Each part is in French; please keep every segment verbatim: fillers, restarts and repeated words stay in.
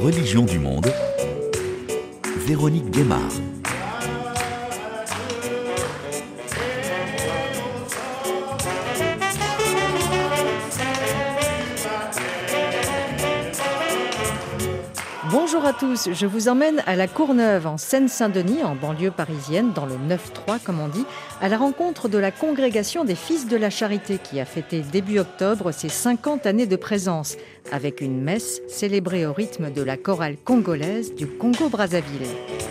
Religions du monde, Véronique Guémard. Bonjour à tous, je vous emmène à La Courneuve, en Seine-Saint-Denis, en banlieue parisienne, dans le neuf trois comme on dit, à la rencontre de la congrégation des Fils de la Charité qui a fêté début octobre ses cinquante années de présence, avec une messe célébrée au rythme de la chorale congolaise du Congo-Brazzaville.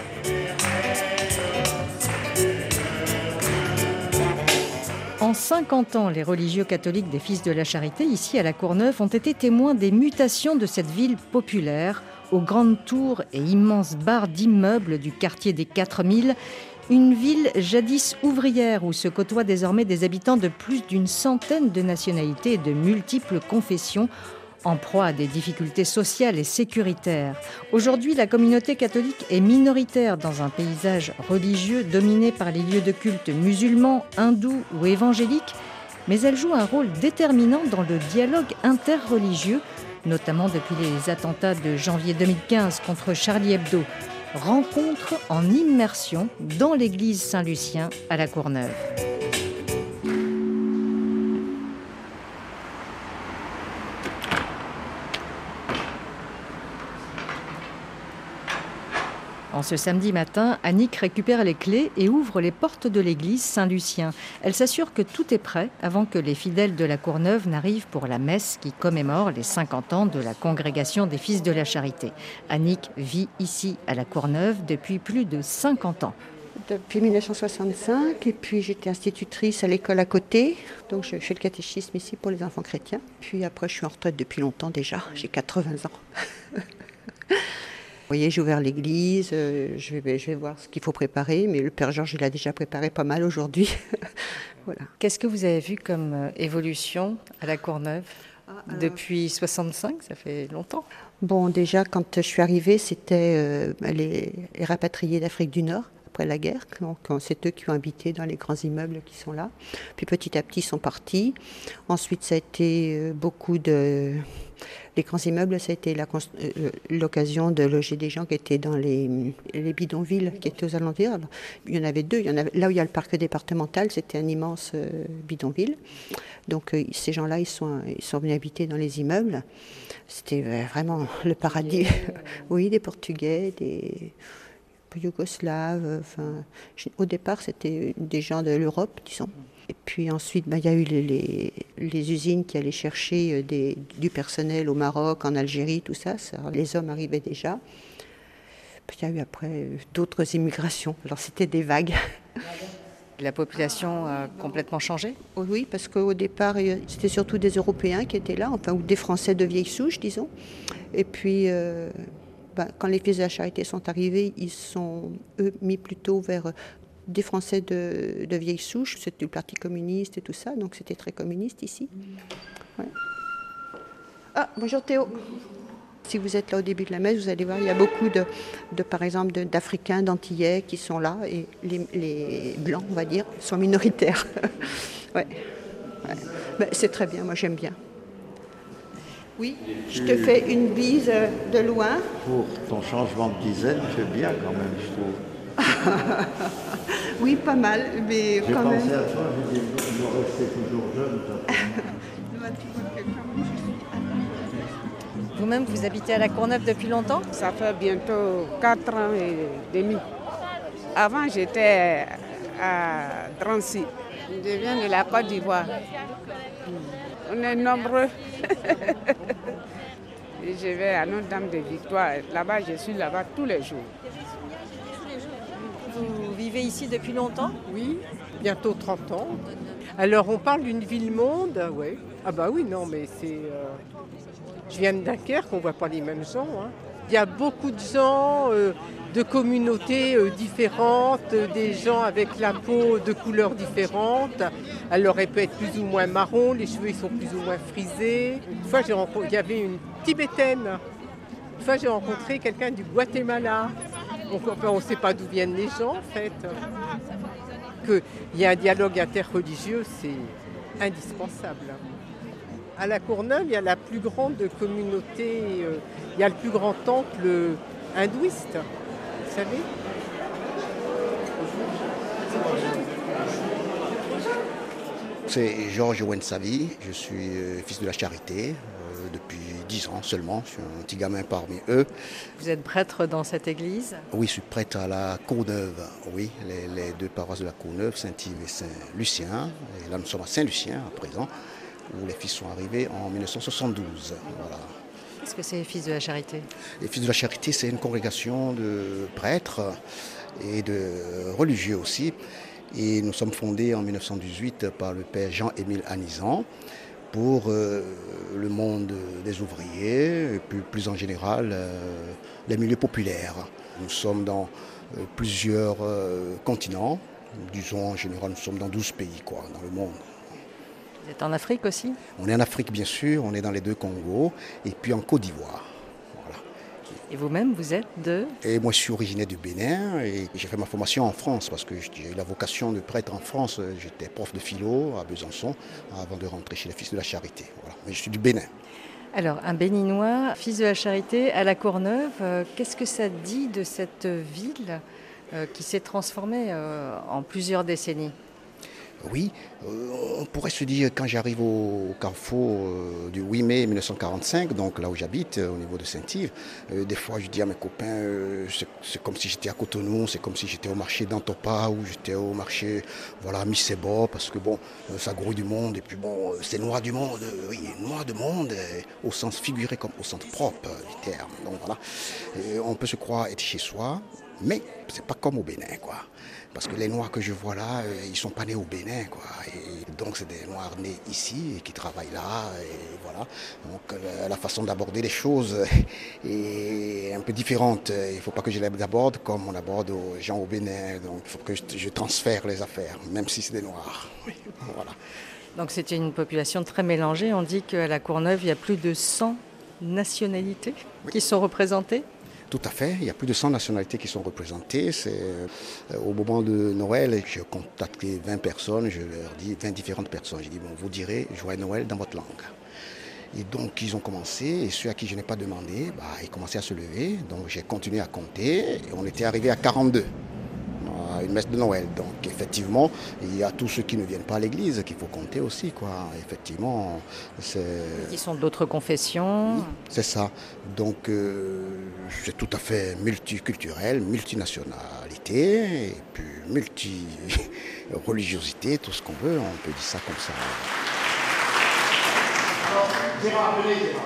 En cinquante ans, les religieux catholiques des Fils de la Charité, ici à La Courneuve, ont été témoins des mutations de cette ville populaire, aux grandes tours et immenses barres d'immeubles du quartier des quatre mille, une ville jadis ouvrière où se côtoient désormais des habitants de plus d'une centaine de nationalités et de multiples confessions, en proie à des difficultés sociales et sécuritaires. Aujourd'hui, la communauté catholique est minoritaire dans un paysage religieux dominé par les lieux de culte musulmans, hindous ou évangéliques, mais elle joue un rôle déterminant dans le dialogue interreligieux, notamment depuis les attentats de janvier deux mille quinze contre Charlie Hebdo. Rencontre en immersion dans l'église Saint-Lucien à La Courneuve. En ce samedi matin, Annick récupère les clés et ouvre les portes de l'église Saint-Lucien. Elle s'assure que tout est prêt avant que les fidèles de La Courneuve n'arrivent pour la messe qui commémore les cinquante ans de la congrégation des Fils de la Charité. Annick vit ici à La Courneuve depuis plus de cinquante ans. Depuis mille neuf cent soixante-cinq, et puis j'étais institutrice à l'école à côté, donc je fais le catéchisme ici pour les enfants chrétiens. Puis après, je suis en retraite depuis longtemps déjà, j'ai quatre-vingts ans. Vous voyez, j'ai ouvert l'église, euh, je, vais, je vais voir ce qu'il faut préparer, mais le Père Georges, il a déjà préparé pas mal aujourd'hui. Voilà. Qu'est-ce que vous avez vu comme euh, évolution à La Courneuve ah, alors... depuis soixante-cinq, ça fait longtemps? Bon, déjà, quand je suis arrivée, c'était euh, les, les rapatriés d'Afrique du Nord, après la guerre. Donc, c'est eux qui ont habité dans les grands immeubles qui sont là. Puis petit à petit, ils sont partis. Ensuite, ça a été euh, beaucoup de... Les grands immeubles, ça a été la, euh, l'occasion de loger des gens qui étaient dans les, les bidonvilles, qui étaient aux alentours. Alors, il y en avait deux. Il y en avait, là où il y a le parc départemental, c'était un immense euh, bidonville. Donc euh, ces gens-là, ils sont, ils sont venus habiter dans les immeubles. C'était euh, vraiment le paradis. Oui, des Portugais, des Yougoslaves. Enfin, au départ, c'était des gens de l'Europe, disons. Et puis ensuite, ben, il y a eu les, les, les usines qui allaient chercher des, du personnel au Maroc, en Algérie, tout ça, ça. Les hommes arrivaient déjà. Puis il y a eu après d'autres immigrations. Alors c'était des vagues. La population a complètement changé ? Oui, parce qu'au départ, c'était surtout des Européens qui étaient là, enfin, ou des Français de vieille souche, disons. Et puis, euh, ben, quand les Fils de la Charité sont arrivés, ils sont, eux, mis plutôt vers... des Français de, de vieille souche, c'était le Parti communiste et tout ça, donc c'était très communiste ici. Ouais. Ah, bonjour Théo. Si vous êtes là au début de la messe, vous allez voir, il y a beaucoup de, de par exemple, de, d'Africains, d'Antillais qui sont là, et les, les Blancs, on va dire, sont minoritaires. Ouais. Ouais. Ben, c'est très bien, moi j'aime bien. Oui, je te fais une bise de loin. Pour ton changement de dizaine, c'est bien quand même, je trouve. Oui, pas mal, mais j'ai quand même. J'ai pensé à toi, j'ai dit, vous restez toujours jeune. Vous-même, vous habitez à La Courneuve depuis longtemps ? Ça fait bientôt quatre ans et demi. Avant, j'étais à Drancy. Je viens de la Côte d'Ivoire. On est nombreux. Et je vais à Notre-Dame de Victoire. Là-bas, je suis là-bas tous les jours. Vous vivez ici depuis longtemps ? Oui, bientôt trente ans. Alors on parle d'une ville-monde, ouais. Ah bah oui, non, mais c'est... Euh... Je viens de Dunkerque, on ne voit pas les mêmes gens. Hein. Il y a beaucoup de gens, euh, de communautés euh, différentes, euh, des gens avec la peau de couleurs différentes. Alors elle peut être plus ou moins marron, les cheveux ils sont plus ou moins frisés. Une fois, j'ai rencontré... il y avait une Tibétaine. Une fois, j'ai rencontré quelqu'un du Guatemala. Donc, on ne sait pas d'où viennent les gens, en fait. Qu'il y a un dialogue interreligieux, c'est indispensable. À La Courneuve, il y a la plus grande communauté, euh, il y a le plus grand temple hindouiste, vous savez. C'est Georges Wensavi, je suis euh, fils de la Charité euh, depuis dix ans seulement, je suis un petit gamin parmi eux. Vous êtes prêtre dans cette église? Oui, je suis prêtre à la Courneuve, oui, les, les deux paroisses de la Courneuve, Saint-Yves et Saint-Lucien. Et là nous sommes à Saint-Lucien à présent, où les fils sont arrivés en mille neuf cent soixante-douze. Voilà. Qu'est-ce que c'est les Fils de la Charité? Les Fils de la Charité, c'est une congrégation de prêtres et de religieux aussi. Et nous sommes fondés en mille neuf cent dix-huit par le père Jean-Émile Anizan pour euh, le monde des ouvriers et plus, plus en général euh, les milieux populaires. Nous sommes dans euh, plusieurs euh, continents, disons en général nous sommes dans douze pays quoi, dans le monde. Vous êtes en Afrique aussi? On est en Afrique bien sûr, on est dans les deux Congos et puis en Côte d'Ivoire. Et vous-même, vous êtes de... Et moi, je suis originaire du Bénin et j'ai fait ma formation en France parce que j'ai eu la vocation de prêtre en France. J'étais prof de philo à Besançon avant de rentrer chez les Fils de la Charité. Voilà. Mais je suis du Bénin. Alors, un Béninois, Fils de la Charité à La Courneuve, euh, qu'est-ce que ça dit de cette ville euh, qui s'est transformée euh, en plusieurs décennies? Oui, euh, on pourrait se dire, quand j'arrive au, au carrefour euh, du huit mai mille neuf cent quarante-cinq, donc là où j'habite, euh, au niveau de Saint-Yves, euh, des fois je dis à mes copains, euh, c'est, c'est comme si j'étais à Cotonou, c'est comme si j'étais au marché d'Antopa ou j'étais au marché voilà, à Missebo, parce que bon, euh, ça grouille du monde, et puis bon, euh, c'est noir du monde, euh, oui, noir du monde, euh, au sens figuré comme au sens propre euh, du terme. Donc voilà, et on peut se croire être chez soi, mais c'est pas comme au Bénin, quoi. Parce que les Noirs que je vois là, euh, ils ne sont pas nés au Bénin, quoi. Et donc c'est des Noirs nés ici et qui travaillent là, et voilà. Donc euh, la façon d'aborder les choses est un peu différente. Il ne faut pas que je les aborde comme on aborde aux gens au Bénin. Donc il faut que je, je transfère les affaires, même si c'est des Noirs. Voilà. Donc c'est une population très mélangée. On dit qu'à La Courneuve, il y a plus de cent nationalités oui. qui sont représentées. Tout à fait, il y a plus de cent nationalités qui sont représentées. C'est, euh, au moment de Noël, j'ai contacté vingt personnes, je leur dis vingt différentes personnes. J'ai dit, bon, vous direz Joyeux Noël dans votre langue. Et donc ils ont commencé, et ceux à qui je n'ai pas demandé, bah, ils commençaient à se lever. Donc j'ai continué à compter, et on était arrivé à quarante-deux, à une messe de Noël. Donc effectivement, il y a tous ceux qui ne viennent pas à l'église qu'il faut compter aussi, quoi. Effectivement, c'est... Qui sont d'autres confessions. Oui, c'est ça. Donc euh, c'est tout à fait multiculturel, multinationalité, et puis multi-religiosité, tout ce qu'on veut, on peut dire ça comme ça. Alors, Gérard, venez, Gérard.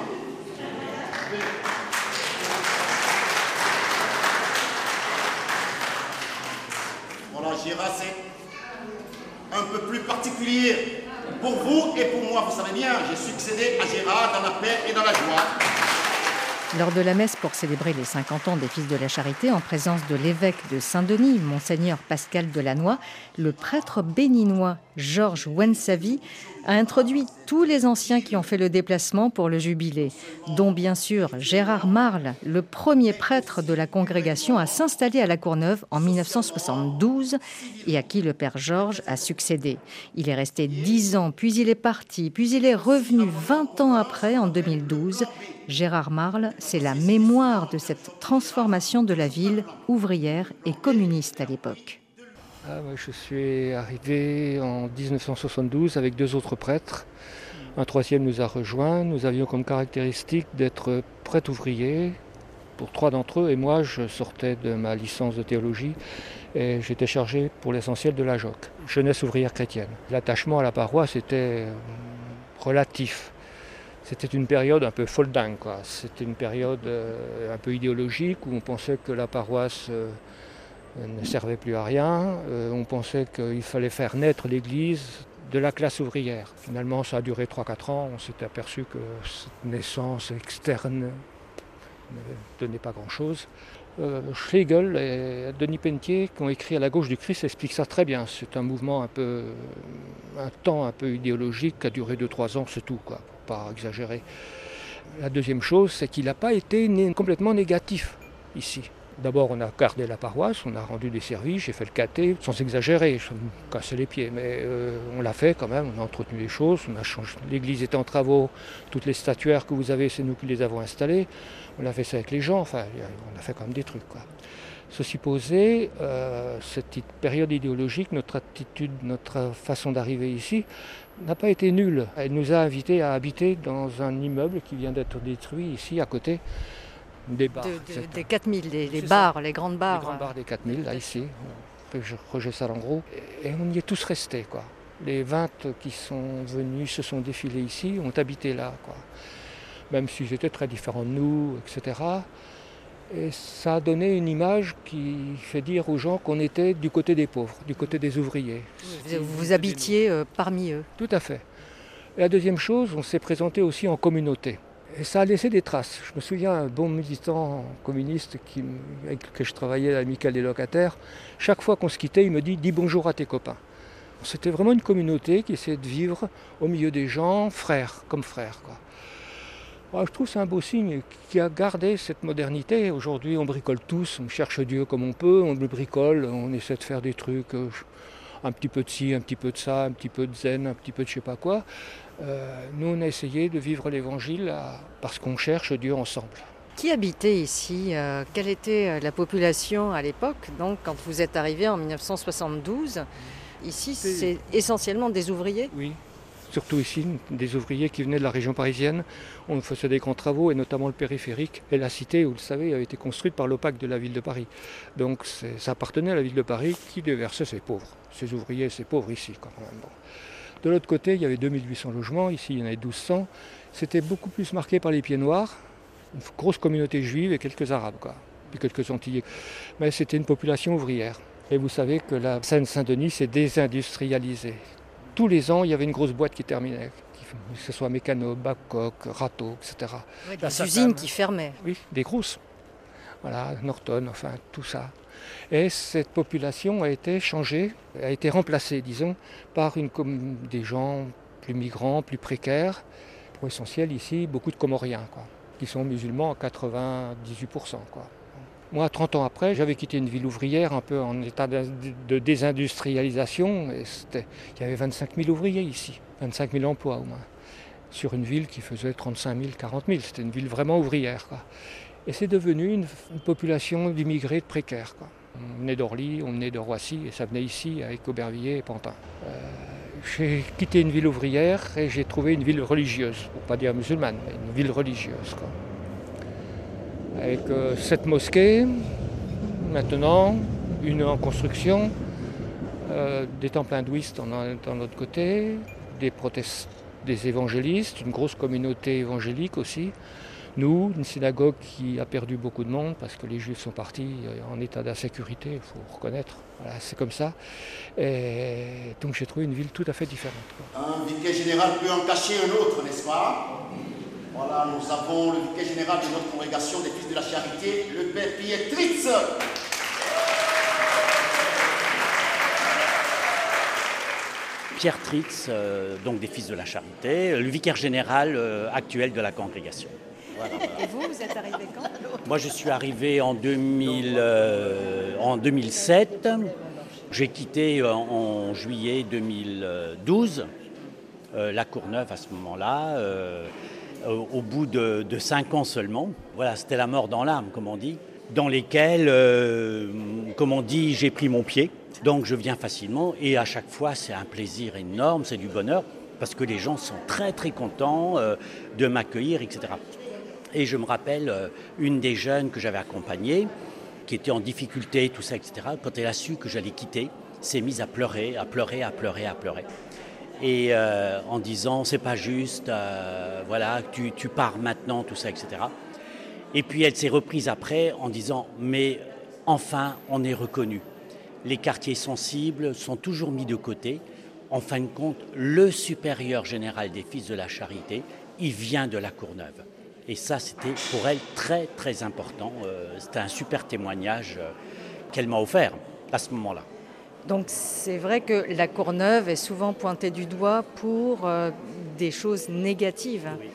Voilà, Gérard, c'est un peu plus particulier pour vous et pour moi. Vous savez bien, j'ai succédé à Gérard dans la paix et dans la joie. Lors de la messe pour célébrer les cinquante ans des Fils de la Charité, en présence de l'évêque de Saint-Denis, Monseigneur Pascal Delannoy, le prêtre béninois Georges Wensavi a introduit tous les anciens qui ont fait le déplacement pour le jubilé, dont bien sûr Gérard Marle, le premier prêtre de la congrégation à s'installer à La Courneuve en mille neuf cent soixante-douze et à qui le père Georges a succédé. Il est resté dix ans, puis il est parti, puis il est revenu vingt ans après, en deux mille douze. Gérard Marle, c'est la mémoire de cette transformation de la ville ouvrière et communiste à l'époque. Ah, moi, je suis arrivé en dix-neuf cent soixante-douze avec deux autres prêtres. Un troisième nous a rejoints. Nous avions comme caractéristique d'être prêtres ouvriers pour trois d'entre eux. Et moi, je sortais de ma licence de théologie et j'étais chargé pour l'essentiel de la J O C, Jeunesse ouvrière chrétienne. L'attachement à la paroisse était relatif. C'était une période un peu folle dingue, quoi. C'était une période euh, un peu idéologique où on pensait que la paroisse euh, ne servait plus à rien. Euh, on pensait qu'il fallait faire naître l'Église de la classe ouvrière. Finalement, ça a duré trois à quatre ans. On s'est aperçu que cette naissance externe ne donnait pas grand-chose. Euh, Schlegel et Denis Pelletier, qui ont écrit À la gauche du Christ, expliquent ça très bien. C'est un mouvement un peu, un temps un peu idéologique qui a duré deux à trois ans, c'est tout, quoi. Pas exagérer. La deuxième chose, c'est qu'il n'a pas été né- complètement négatif ici. D'abord, on a gardé la paroisse, on a rendu des services, j'ai fait le caté, sans exagérer, je me cassais les pieds, mais euh, on l'a fait quand même, on a entretenu les choses, on a changé. L'église était en travaux, toutes les statuaires que vous avez, c'est nous qui les avons installées, on a fait ça avec les gens, enfin, on a fait quand même des trucs, quoi. Ceci posé, euh, cette période idéologique, notre attitude, notre façon d'arriver ici, n'a pas été nulle. Elle nous a invités à habiter dans un immeuble qui vient d'être détruit ici, à côté. Des bars. De, de, des quatre mille, les, les bars, ça. les grandes bars. Les grandes bars des quatre mille, là, ici, Roger Salengro. Et on y est tous restés, quoi. Les vingt qui sont venus, se sont défilés ici, ont habité là, quoi. Même s'ils étaient très différents de nous, et cetera. Et ça a donné une image qui fait dire aux gens qu'on était du côté des pauvres, du côté des ouvriers. Vous, vous habitiez euh, parmi eux. Tout à fait. Et la deuxième chose, on s'est présenté aussi en communauté. Et ça a laissé des traces. Je me souviens un bon militant communiste qui, avec lequel je travaillais à l'Amicale des locataires. Chaque fois qu'on se quittait, il me dit « dis bonjour à tes copains ». C'était vraiment une communauté qui essayait de vivre au milieu des gens, frères, comme frères, quoi. Alors, je trouve que c'est un beau signe qui a gardé cette modernité. Aujourd'hui, on bricole tous, on cherche Dieu comme on peut, on le bricole, on essaie de faire des trucs, euh, un petit peu de ci, un petit peu de ça, un petit peu de zen, un petit peu de je sais pas quoi. Euh, nous, on a essayé de vivre l'évangile à, parce qu'on cherche Dieu ensemble. Qui habitait ici? euh, Quelle était la population à l'époque? Donc, quand vous êtes arrivé en mille neuf cent soixante-douze, ici, c'est essentiellement des ouvriers? Oui. Surtout ici, des ouvriers qui venaient de la région parisienne. On faisait des grands travaux, et notamment le périphérique. Et la cité, vous le savez, a été construite par l'O P A C de la ville de Paris. Donc ça appartenait à la ville de Paris qui déversait ses pauvres, ses ouvriers, ses pauvres ici quand même. Bon. De l'autre côté, il y avait deux mille huit cents logements, ici il y en avait mille deux cents. C'était beaucoup plus marqué par les pieds noirs, une grosse communauté juive et quelques arabes, quoi, puis quelques antillais. Mais c'était une population ouvrière. Et vous savez que la Seine-Saint-Denis s'est désindustrialisée. Tous les ans, il y avait une grosse boîte qui terminait, que ce soit Mécano, Babcock, Rato, et cetera. Oui, des usines qui fermaient. Oui, des grosses. Voilà, Norton, enfin, tout ça. Et cette population a été changée, a été remplacée, disons, par une, des gens plus migrants, plus précaires. Pour l'essentiel, ici, beaucoup de Comoriens, quoi, qui sont musulmans à quatre-vingt-dix-huit pour cent, quoi. Moi, trente ans après, j'avais quitté une ville ouvrière un peu en état de désindustrialisation. Et il y avait vingt-cinq mille ouvriers ici, vingt-cinq mille emplois au moins, sur une ville qui faisait trente-cinq mille, quarante mille. C'était une ville vraiment ouvrière, quoi. Et c'est devenu une, une population d'immigrés de précaires, quoi. On venait d'Orly, on venait de Roissy, et ça venait ici avec Aubervilliers et Pantin. Euh, j'ai quitté une ville ouvrière et j'ai trouvé une ville religieuse, pour ne pas dire musulmane, mais une ville religieuse, quoi. Avec euh, cette mosquée, maintenant, une en construction, euh, des temples hindouistes dans l'autre côté, des, protest... des évangélistes, une grosse communauté évangélique aussi. Nous, une synagogue qui a perdu beaucoup de monde parce que les juifs sont partis en état d'insécurité, il faut reconnaître. Voilà, c'est comme ça. Et donc j'ai trouvé une ville tout à fait différente, quoi. Un vicaire général peut en cacher un autre, n'est-ce pas? Voilà, nous avons le vicaire général de notre congrégation des Fils de la Charité, le père Pierre Tritz. Pierre Tritz, euh, donc des Fils de la Charité, le vicaire général euh, actuel de la congrégation. Voilà, voilà. Et vous, vous êtes arrivé quand? Moi, je suis arrivé en, deux mille, euh, en deux mille sept. J'ai quitté en, en juillet deux mille douze euh, la Courneuve à ce moment-là. Euh, au bout de, de cinq ans seulement. Voilà, c'était la mort dans l'âme, comme on dit, dans lesquels, euh, comme on dit, j'ai pris mon pied. Donc je viens facilement et à chaque fois, c'est un plaisir énorme, c'est du bonheur, parce que les gens sont très très contents euh, de m'accueillir, et cetera. Et je me rappelle, euh, une des jeunes que j'avais accompagnée, qui était en difficulté, tout ça, et cetera, quand elle a su que j'allais quitter, s'est mise à pleurer, à pleurer, à pleurer, à pleurer. Et euh, en disant c'est pas juste, euh, voilà, tu, tu pars maintenant, tout ça, et cetera. Et puis elle s'est reprise après en disant mais enfin on est reconnu. Les quartiers sensibles sont toujours mis de côté. En fin de compte, le supérieur général des Fils de la Charité, il vient de la Courneuve. Et ça, c'était pour elle très très important. Euh, c'était un super témoignage euh, qu'elle m'a offert à ce moment-là. Donc c'est vrai que la Courneuve est souvent pointée du doigt pour euh, des choses négatives. Oui.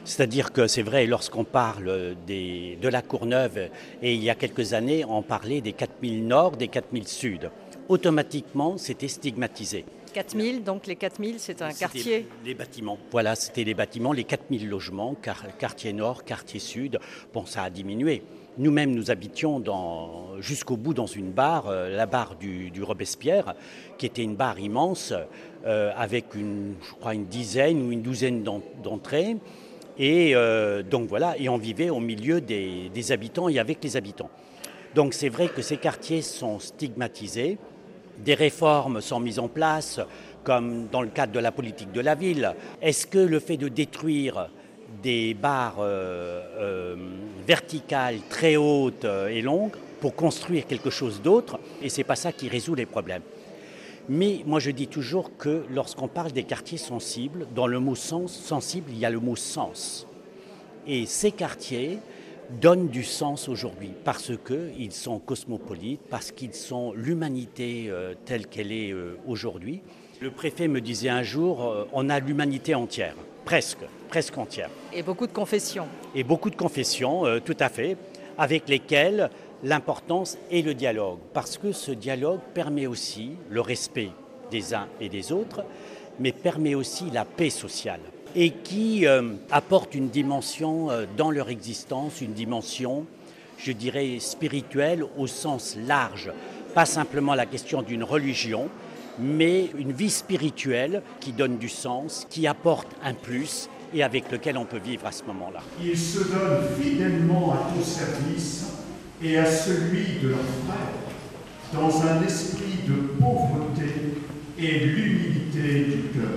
C'est-à-dire que c'est vrai, lorsqu'on parle des, de la Courneuve, et il y a quelques années, on parlait des quatre mille nord, des quatre mille sud. Automatiquement, c'était stigmatisé. quatre mille, donc les quatre mille, c'est un C'était quartier. Les bâtiments. Voilà, c'était les bâtiments, les quatre mille logements, car, quartier nord, quartier sud. Bon, ça a diminué. Nous-mêmes, nous habitions dans, jusqu'au bout dans une barre, euh, la barre du, du Robespierre, qui était une barre immense, euh, avec une, je crois une dizaine ou une douzaine d'entrées. Et euh, donc voilà, et on vivait au milieu des, des habitants et avec les habitants. Donc c'est vrai que ces quartiers sont stigmatisés. Des réformes sont mises en place, comme dans le cadre de la politique de la ville. Est-ce que le fait de détruire des barres euh, euh, verticales très hautes et longues pour construire quelque chose d'autre, et c'est pas ça qui résout les problèmes. Mais moi je dis toujours que lorsqu'on parle des quartiers sensibles, dans le mot sens, sensible, il y a le mot sens. Et ces quartiers donnent du sens aujourd'hui parce qu'ils sont cosmopolites, parce qu'ils sont l'humanité euh, telle qu'elle est euh, aujourd'hui. Le préfet me disait un jour, euh, on a l'humanité entière, presque, presque entière. Et beaucoup de confessions. Et beaucoup de confessions, euh, tout à fait, avec lesquelles l'importance est le dialogue, parce que ce dialogue permet aussi le respect des uns et des autres, mais permet aussi la paix sociale, et qui euh, apporte une dimension euh, dans leur existence, une dimension, je dirais, spirituelle au sens large, pas simplement la question d'une religion, mais une vie spirituelle qui donne du sens, qui apporte un plus et avec lequel on peut vivre à ce moment-là. Ils se donnent fidèlement à ton service et à celui de leurs frères, dans un esprit de pauvreté et l'humilité du cœur.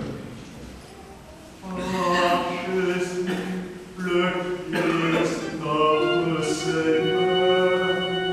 Ah, Jésus, le Christ, notre Seigneur.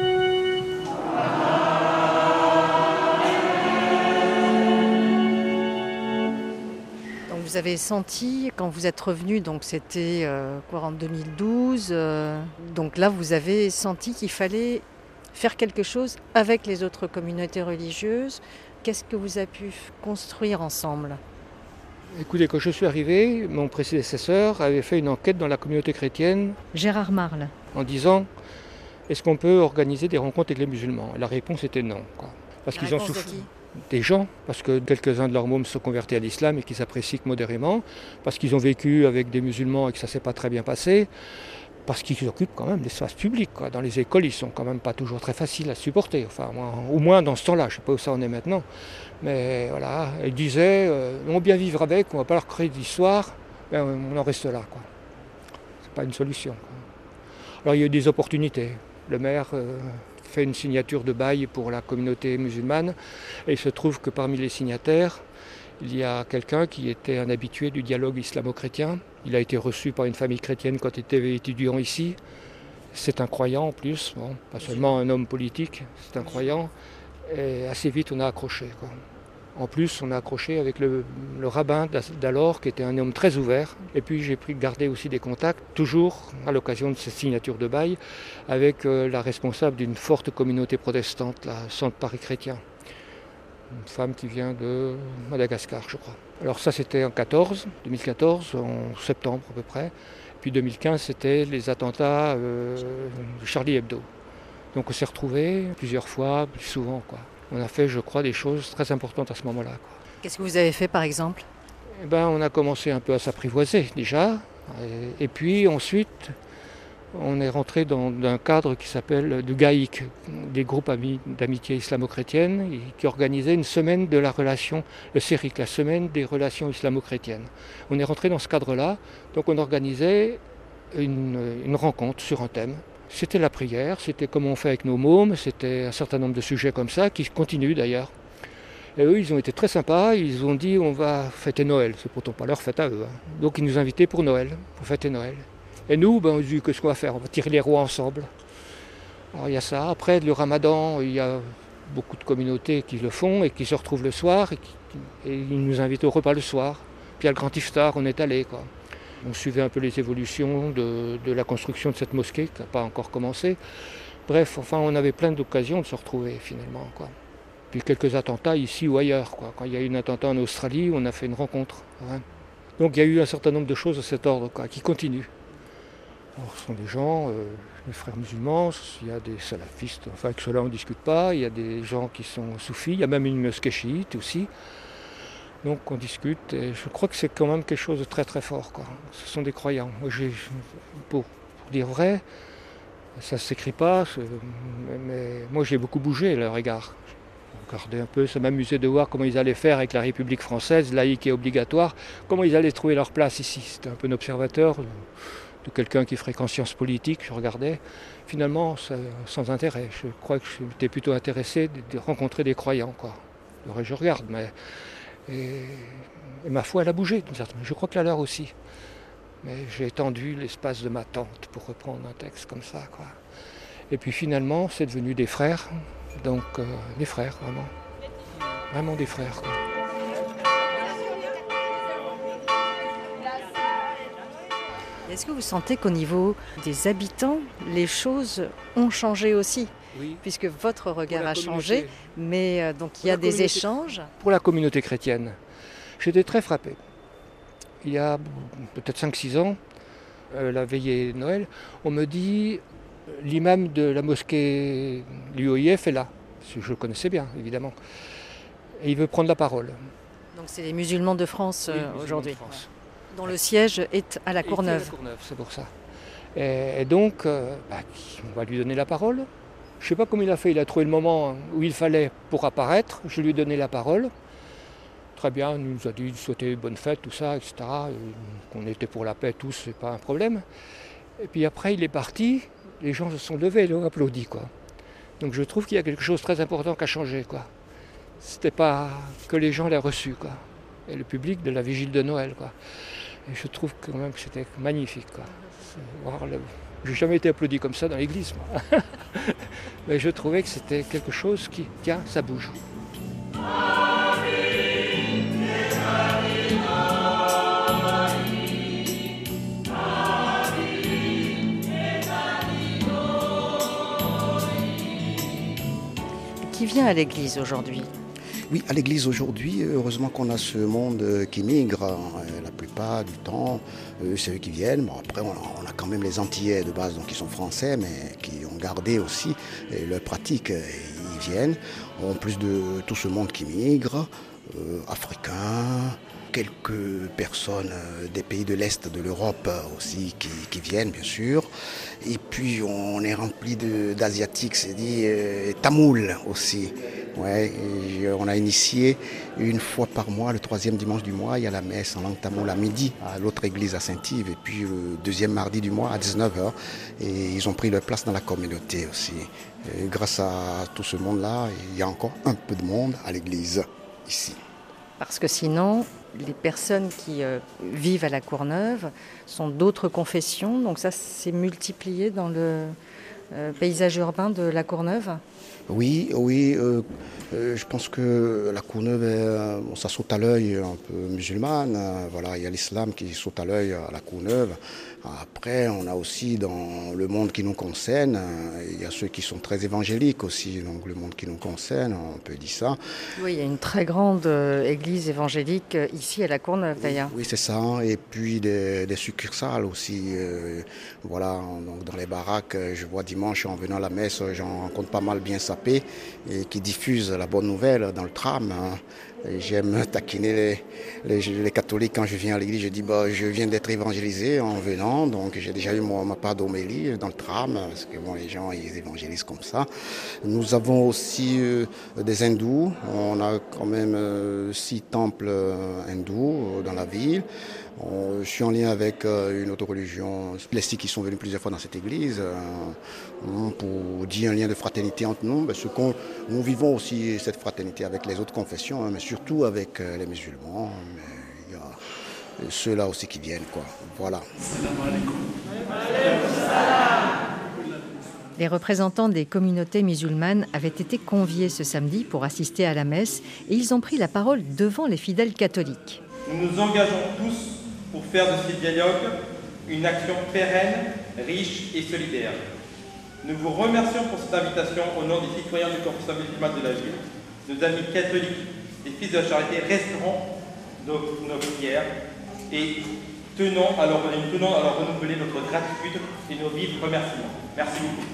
Donc vous avez senti, quand vous êtes revenu, donc c'était euh, quoi, en deux mille douze, euh, donc là vous avez senti qu'il fallait faire quelque chose avec les autres communautés religieuses. Qu'est-ce que vous avez pu construire ensemble ? Écoutez, quand je suis arrivé, mon prédécesseur avait fait une enquête dans la communauté chrétienne. Gérard Marle. En disant, est-ce qu'on peut organiser des rencontres avec les musulmans ? La réponse était non, quoi. Parce qu'ils ont souffert des gens, parce que quelques-uns de leurs mômes se sont convertis à l'islam et qu'ils s'apprécient modérément, parce qu'ils ont vécu avec des musulmans et que ça ne s'est pas très bien passé, parce qu'ils occupent quand même l'espace public, quoi. Dans les écoles, ils sont quand même pas toujours très faciles à supporter, enfin, au moins dans ce temps-là, je ne sais pas où ça en est maintenant. Mais voilà, ils disaient, euh, on va bien vivre avec, on ne va pas leur créer d'histoire, ben, on en reste là, quoi. C'est pas une solution, quoi. Alors il y a eu des opportunités. Le maire euh, fait une signature de bail pour la communauté musulmane, et il se trouve que parmi les signataires, il y a quelqu'un qui était un habitué du dialogue islamo-chrétien. Il a été reçu par une famille chrétienne quand il était étudiant ici. C'est un croyant en plus, bon, pas seulement un homme politique, c'est un croyant. Et assez vite, on a accroché, quoi. En plus, on a accroché avec le, le rabbin d'alors, qui était un homme très ouvert. Et puis, j'ai pu garder aussi des contacts, toujours à l'occasion de cette signature de bail, avec euh, la responsable d'une forte communauté protestante, la Centre Paris Chrétien. Une femme qui vient de Madagascar, je crois. Alors ça, c'était en deux mille quatorze, en septembre à peu près. Puis deux mille quinze, c'était les attentats euh, de Charlie Hebdo. Donc on s'est retrouvés plusieurs fois, plus souvent, quoi. On a fait, je crois, des choses très importantes à ce moment-là, quoi. Qu'est-ce que vous avez fait, par exemple ? Eh ben, on a commencé un peu à s'apprivoiser, déjà. Et, et puis ensuite, on est rentré dans un cadre qui s'appelle du GAIC, des groupes d'amitié islamo-chrétienne, qui organisaient une semaine de la relation, le C E R I C, la semaine des relations islamo-chrétiennes. On est rentré dans ce cadre-là, donc on organisait une, une rencontre sur un thème. C'était la prière, c'était comme on fait avec nos mômes, c'était un certain nombre de sujets comme ça, qui continuent d'ailleurs. Et eux, ils ont été très sympas, ils ont dit on va fêter Noël, c'est pourtant pas leur fête à eux. Hein. Donc ils nous invitaient pour Noël, pour fêter Noël. Et nous, ben, on dit qu'est-ce qu'on va faire ? On va tirer les rois ensemble. Alors il y a ça. Après, le ramadan, il y a beaucoup de communautés qui le font et qui se retrouvent le soir et, qui, et ils nous invitent au repas le soir. Puis à le grand iftar, on est allé, quoi. On suivait un peu les évolutions de, de la construction de cette mosquée qui n'a pas encore commencé. Bref, enfin, on avait plein d'occasions de se retrouver finalement, quoi. Puis quelques attentats ici ou ailleurs, quoi. Quand il y a eu un attentat en Australie, on a fait une rencontre. Hein. Donc il y a eu un certain nombre de choses de cet ordre quoi, qui continuent. Alors, ce sont des gens, euh, les frères musulmans, il y a des salafistes, enfin avec ceux-là on ne discute pas, il y a des gens qui sont soufis, il y a même une mosquée chiite aussi. Donc on discute et je crois que c'est quand même quelque chose de très très fort, quoi. Ce sont des croyants. Moi, j'ai, pour, pour dire vrai, ça ne s'écrit pas, mais moi j'ai beaucoup bougé à leur égard. Je regardais un peu, ça m'amusait de voir comment ils allaient faire avec la République française, laïque et obligatoire, comment ils allaient trouver leur place ici. C'était un peu un observateur de quelqu'un qui ferait conscience politique, je regardais. Finalement, ça, sans intérêt. Je crois que j'étais plutôt intéressé de, de rencontrer des croyants, quoi. Alors, je regarde, mais... Et, et ma foi, elle a bougé, d'une certaine manière. Je crois que la leur aussi. Mais j'ai étendu l'espace de ma tente, pour reprendre un texte comme ça, quoi. Et puis finalement, c'est devenu des frères. Donc, euh, des frères, vraiment. Vraiment des frères, quoi. Est-ce que vous sentez qu'au niveau des habitants, les choses ont changé aussi ? Oui. Puisque votre regard a changé, mais euh, donc il y a des échanges. Pour la communauté chrétienne, j'étais très frappé. Il y a peut-être cinq six ans, euh, la veillée de Noël, on me dit l'imam de la mosquée l'U O I F est là. Je le connaissais bien, évidemment. Et il veut prendre la parole. Donc c'est les musulmans de France euh, oui, aujourd'hui, de France. Dont le siège est à la Courneuve. À la Courneuve, c'est pour ça. Et, et donc, euh, bah, on va lui donner la parole. Je ne sais pas comment il a fait, il a trouvé le moment où il fallait pour apparaître. Je lui ai donné la parole. Très bien, il nous a dit de souhaiter bonne fête, tout ça, et cetera. Qu'on était pour la paix tous, c'est pas un problème. Et puis après, il est parti, les gens se sont levés, ils l'ont applaudi, quoi. Donc je trouve qu'il y a quelque chose de très important qui a changé, quoi. C'était pas que les gens l'aient reçu, quoi. Et le public de la vigile de Noël, quoi. Et je trouve quand même que c'était magnifique, quoi. Voir le... J'ai jamais été applaudi comme ça dans l'église, moi. Mais je trouvais que c'était quelque chose qui, tiens, ça bouge. Qui vient à l'église aujourd'hui ? Oui, à l'église aujourd'hui, heureusement qu'on a ce monde qui migre. La plupart du temps, c'est eux qui viennent. Bon, après, on a, on a quand même les Antillais de base, donc qui sont français, mais qui ont gardé aussi leur pratique. Ils viennent. En plus de tout ce monde qui migre, euh, africains, quelques personnes des pays de l'Est de l'Europe aussi qui, qui viennent, bien sûr. Et puis, on est rempli d'Asiatiques, c'est dit euh, Tamoul aussi. Ouais, et on a initié une fois par mois, le troisième dimanche du mois, il y a la messe en langue tamoul à midi à l'autre église à Saint-Yves, et puis le deuxième mardi du mois à dix-neuf heures. Et ils ont pris leur place dans la communauté aussi. Et grâce à tout ce monde-là, il y a encore un peu de monde à l'église ici. Parce que sinon, les personnes qui euh, vivent à la Courneuve sont d'autres confessions, donc ça s'est multiplié dans le euh, paysage urbain de la Courneuve. Oui, oui, euh, euh, je pense que la Courneuve, euh, ça saute à l'œil un peu musulmane. Euh, voilà, il y a l'islam qui saute à l'œil à la Courneuve. Après, on a aussi dans le monde qui nous concerne, euh, il y a ceux qui sont très évangéliques aussi, donc le monde qui nous concerne, on peut dire ça. Oui, il y a une très grande euh, église évangélique euh, ici à la Courneuve d'ailleurs. Oui, oui c'est ça, et puis des, des succursales aussi. Euh, voilà, donc dans les baraques, je vois dimanche en venant à la messe, j'en rencontre pas mal bien sapés et qui diffusent la bonne nouvelle dans le tram. Hein. J'aime taquiner les, les, les catholiques quand je viens à l'église. Je dis bah, je viens d'être évangélisé en venant, donc j'ai déjà eu mon, ma part d'homélie dans le tram, parce que bon, les gens ils évangélisent comme ça. Nous avons aussi euh, des hindous. On a quand même euh, six temples euh, hindous euh, dans la ville. On, je suis en lien avec euh, une autre religion, les Sikhs qui sont venus plusieurs fois dans cette église euh, pour dire un lien de fraternité entre nous. Parce qu'on, nous vivons aussi cette fraternité avec les autres confessions, hein, mais surtout avec euh, les musulmans. Mais il y a ceux-là aussi qui viennent, quoi. Voilà. Les représentants des communautés musulmanes avaient été conviés ce samedi pour assister à la messe et ils ont pris la parole devant les fidèles catholiques. Nous nous engageons tous pour faire de ces dialogues une action pérenne, riche et solidaire. Nous vous remercions pour cette invitation au nom des citoyens du Confession musulmane de la ville. Nos amis catholiques et fils de la charité resteront nos, nos prières et tenons à leur, tenons à leur renouveler notre gratitude et nos vifs remerciements. Merci beaucoup.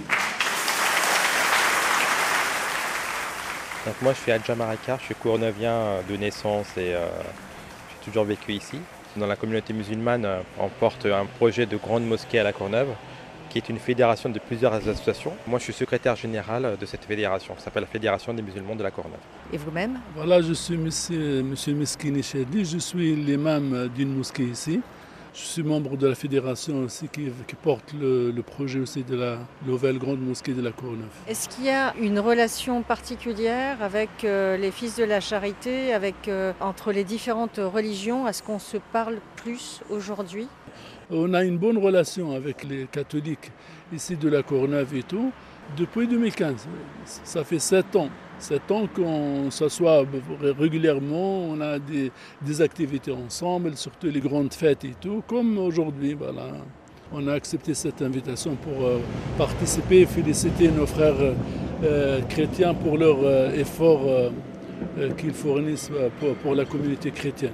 Donc moi je suis Adja Marakar, je suis cournevien de naissance et euh, j'ai toujours vécu ici. Dans la communauté musulmane, on porte un projet de grande mosquée à la Courneuve, qui est une fédération de plusieurs associations. Moi je suis secrétaire général de cette fédération, qui s'appelle la Fédération des musulmans de la Courneuve. Et vous-même? Voilà, je suis monsieur, monsieur Meskini Chedli, je suis l'imam d'une mosquée ici. Je suis membre de la fédération aussi qui, qui porte le, le projet aussi de la nouvelle grande mosquée de la Courneuve. Est-ce qu'il y a une relation particulière avec euh, les Fils de la Charité, avec, euh, entre les différentes religions? Est-ce qu'on se parle plus aujourd'hui? On a une bonne relation avec les catholiques ici de la Courneuve et tout depuis deux mille quinze. Ça fait sept ans. Sept ans qu'on s'assoit régulièrement, on a des, des activités ensemble, surtout les grandes fêtes et tout, comme aujourd'hui. Voilà. On a accepté cette invitation pour euh, participer et féliciter nos frères euh, chrétiens pour leur euh, effort euh, euh, qu'ils fournissent pour, pour la communauté chrétienne.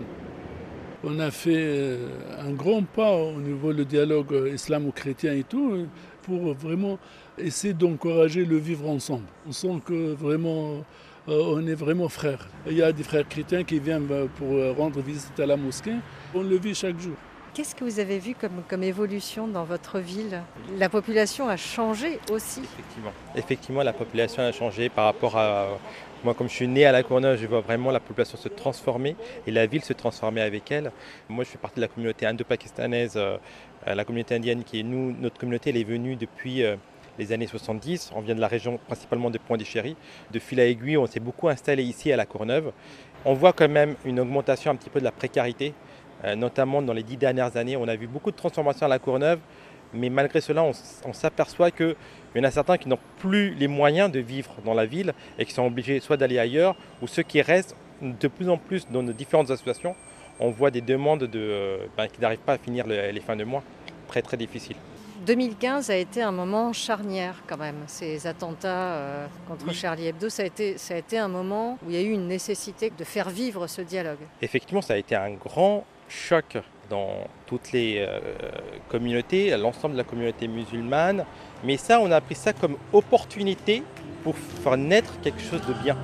On a fait un grand pas au niveau du dialogue islamo-chrétien et tout, pour vraiment essayer d'encourager le vivre ensemble. On sent que vraiment, euh, on est vraiment frères. Il y a des frères chrétiens qui viennent pour rendre visite à la mosquée. On le vit chaque jour. Qu'est-ce que vous avez vu comme, comme évolution dans votre ville? La population a changé aussi. Effectivement. Effectivement, la population a changé par rapport à... Moi, comme je suis né à la Courneuve, je vois vraiment la population se transformer et la ville se transformer avec elle. Moi, je fais partie de la communauté indo-pakistanaise, euh, la communauté indienne qui est nous. Notre communauté, elle est venue depuis euh, les années soixante-dix. On vient de la région principalement de Pont-des-Chéris. De fil à aiguille, on s'est beaucoup installé ici à la Courneuve. On voit quand même une augmentation un petit peu de la précarité, euh, notamment dans les dix dernières années. On a vu beaucoup de transformations à la Courneuve. Mais malgré cela, on, on s'aperçoit qu'il y en a certains qui n'ont plus les moyens de vivre dans la ville et qui sont obligés soit d'aller ailleurs, ou ceux qui restent de plus en plus dans nos différentes associations. On voit des demandes de, euh, ben, qui n'arrivent pas à finir le, les fins de mois. Très très difficile. deux mille quinze a été un moment charnière quand même. Ces attentats euh, contre oui. Charlie Hebdo, ça a, été, ça a été un moment où il y a eu une nécessité de faire vivre ce dialogue. Effectivement, ça a été un grand choc dans toutes les euh, communautés, l'ensemble de la communauté musulmane. Mais ça, on a pris ça comme opportunité pour faire naître quelque chose de bien.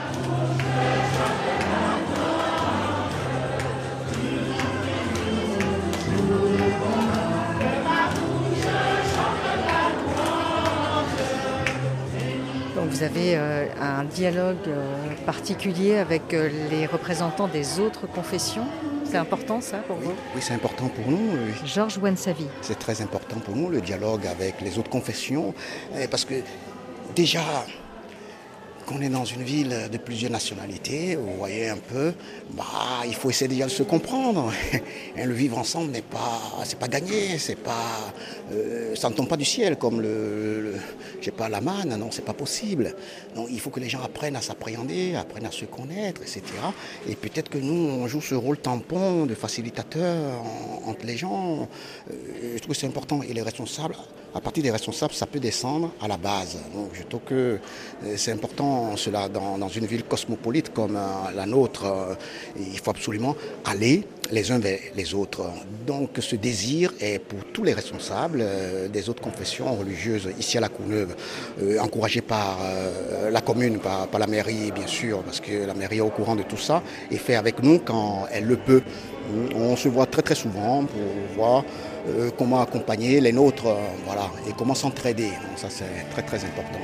Donc vous avez euh, un dialogue euh, particulier avec euh, les représentants des autres confessions. C'est important ça pour oui, vous? Oui, c'est important pour nous. Georges Ouansavi. C'est très important pour nous, le dialogue avec les autres confessions, parce que déjà, qu'on est dans une ville de plusieurs nationalités, vous voyez un peu, bah, il faut essayer déjà de se comprendre. Et le vivre ensemble n'est pas, c'est pas gagné, c'est pas, euh, ça ne tombe pas du ciel comme le, le j'ai pas la manne, non, c'est pas possible. Donc il faut que les gens apprennent à s'appréhender, apprennent à se connaître, et cetera. Et peut-être que nous, on joue ce rôle tampon de facilitateur en, entre les gens. Euh, je trouve que c'est important. Et les responsables, à partir des responsables, ça peut descendre à la base. Donc je trouve que euh, c'est important. Cela dans, dans une ville cosmopolite comme euh, la nôtre, euh, il faut absolument aller les uns vers les autres. Donc ce désir est pour tous les responsables euh, des autres confessions religieuses ici à la Courneuve, euh, encouragé par euh, la commune, par, par la mairie bien sûr, parce que la mairie est au courant de tout ça et fait avec nous quand elle le peut. On se voit très très souvent pour voir euh, comment accompagner les nôtres, euh, voilà, et comment s'entraider. Donc ça c'est très très important.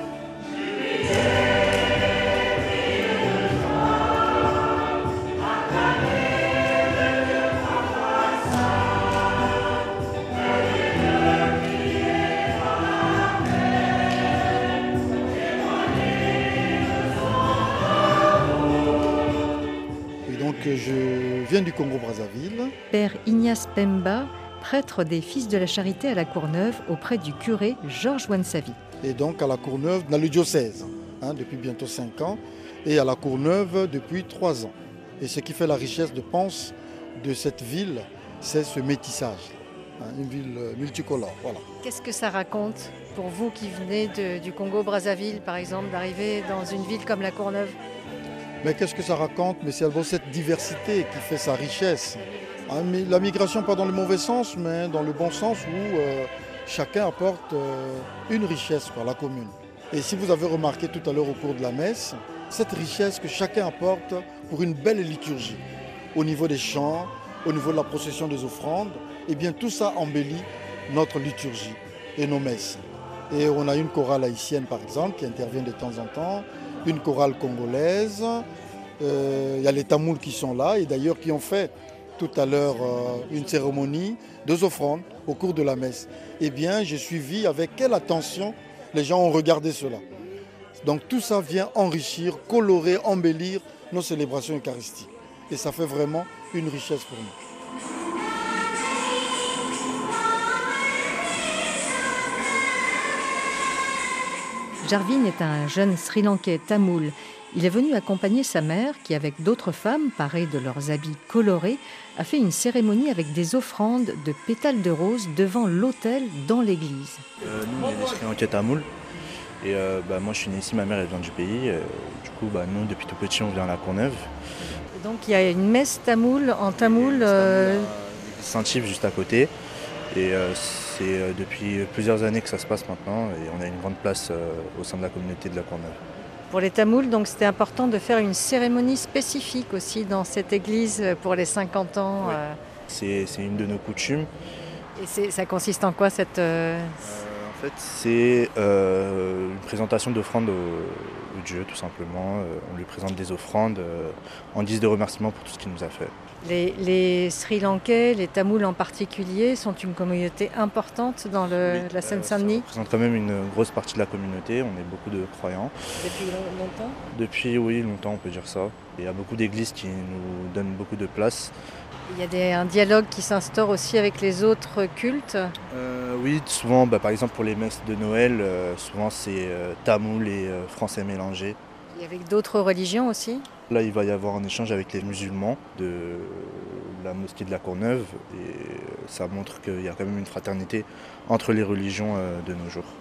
Je viens du Congo-Brazzaville. Père Ignace Pemba, prêtre des Fils de la Charité à la Courneuve, auprès du curé Georges Ouansavi. Et donc à la Courneuve, dans le diocèse, hein, depuis bientôt cinq ans, et à la Courneuve depuis trois ans. Et ce qui fait la richesse, je pense, de cette ville, c'est ce métissage. Hein, une ville multicolore, voilà. Qu'est-ce que ça raconte pour vous qui venez de, du Congo-Brazzaville, par exemple, d'arriver dans une ville comme la Courneuve? Mais qu'est-ce que ça raconte? Mais c'est d'abord cette diversité qui fait sa richesse. Ah, mais la migration, pas dans le mauvais sens, mais dans le bon sens où euh, chacun apporte euh, une richesse à la commune. Et si vous avez remarqué tout à l'heure au cours de la messe, cette richesse que chacun apporte pour une belle liturgie, au niveau des chants, au niveau de la procession des offrandes, eh bien tout ça embellit notre liturgie et nos messes. Et on a une chorale haïtienne par exemple qui intervient de temps en temps, une chorale congolaise, euh, il y a les Tamouls qui sont là et d'ailleurs qui ont fait tout à l'heure euh, une cérémonie, deux offrandes au cours de la messe. Eh bien j'ai suivi avec quelle attention les gens ont regardé cela. Donc tout ça vient enrichir, colorer, embellir nos célébrations eucharistiques. Et ça fait vraiment une richesse pour nous. Jarvin est un jeune Sri Lankais tamoul. Il est venu accompagner sa mère qui, avec d'autres femmes parées de leurs habits colorés, a fait une cérémonie avec des offrandes de pétales de rose devant l'autel dans l'église. Euh, nous, on est des Sri Lankais tamouls. Et euh, bah, moi, je suis né ici, ma mère elle vient du pays. Euh, du coup, bah, nous, depuis tout petit, on vient à la Courneuve. Et donc, il y a une messe tamoul en tamoul. Euh... Saint-Yves juste à côté. Et euh, c'est euh, depuis plusieurs années que ça se passe maintenant. Et on a une grande place euh, au sein de la communauté de la Courneuve. Pour les Tamouls, donc c'était important de faire une cérémonie spécifique aussi dans cette église pour les cinquante ans. Ouais. Euh... C'est, c'est une de nos coutumes. Et c'est, ça consiste en quoi cette... Euh... Euh, en fait, c'est euh, une présentation d'offrandes au, au Dieu, tout simplement. Euh, on lui présente des offrandes euh, en guise de remerciement pour tout ce qu'il nous a fait. Les, les Sri Lankais, les Tamouls en particulier, sont une communauté importante dans le, oui, la Seine-Saint-Denis. Euh, ça représente quand même une grosse partie de la communauté, on est beaucoup de croyants. Depuis longtemps ? Depuis, oui, longtemps, on peut dire ça. Il y a beaucoup d'églises qui nous donnent beaucoup de place. Il y a des, un dialogue qui s'instaure aussi avec les autres cultes ? euh, Oui, souvent, bah, par exemple pour les messes de Noël, euh, souvent c'est euh, tamoul et euh, français mélangés. Et avec d'autres religions aussi ? Là, il va y avoir un échange avec les musulmans de la mosquée de la Courneuve et ça montre qu'il y a quand même une fraternité entre les religions de nos jours.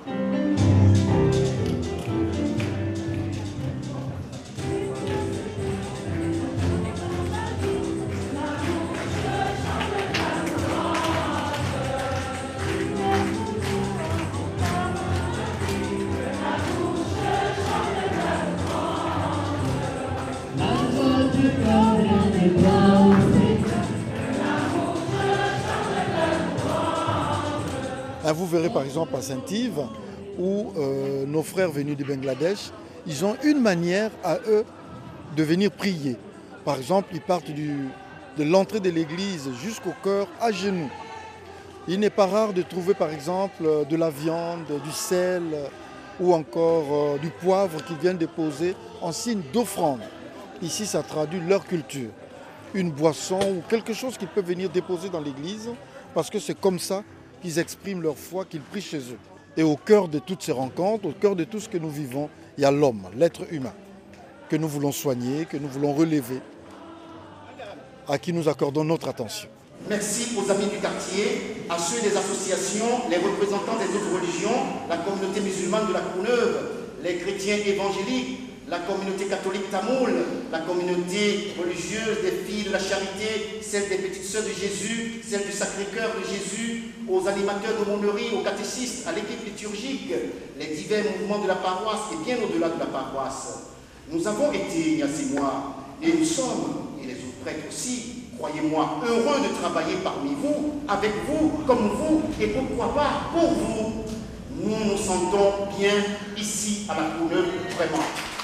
Vous verrez par exemple à Saint-Yves où euh, nos frères venus du Bangladesh, ils ont une manière à eux de venir prier. Par exemple, ils partent du, de l'entrée de l'église jusqu'au chœur à genoux. Il n'est pas rare de trouver par exemple de la viande, du sel ou encore euh, du poivre qu'ils viennent déposer en signe d'offrande. Ici, ça traduit leur culture. Une boisson ou quelque chose qu'ils peuvent venir déposer dans l'église parce que c'est comme ça qu'ils expriment leur foi, qu'ils prient chez eux. Et au cœur de toutes ces rencontres, au cœur de tout ce que nous vivons, il y a l'homme, l'être humain, que nous voulons soigner, que nous voulons relever, à qui nous accordons notre attention. Merci aux amis du quartier, à ceux des associations, les représentants des autres religions, la communauté musulmane de la Courneuve, les chrétiens évangéliques, la communauté catholique tamoule, la communauté religieuse des filles de la charité, celle des petites sœurs de Jésus, celle du Sacré-Cœur de Jésus, aux animateurs d'aumônerie, aux catéchistes, à l'équipe liturgique, les divers mouvements de la paroisse et bien au-delà de la paroisse. Nous avons été il y a six mois, et nous sommes, et les autres prêtres aussi, croyez-moi, heureux de travailler parmi vous, avec vous, comme vous, et pourquoi pas pour vous. Nous nous sentons bien ici à la Courneuve, vraiment.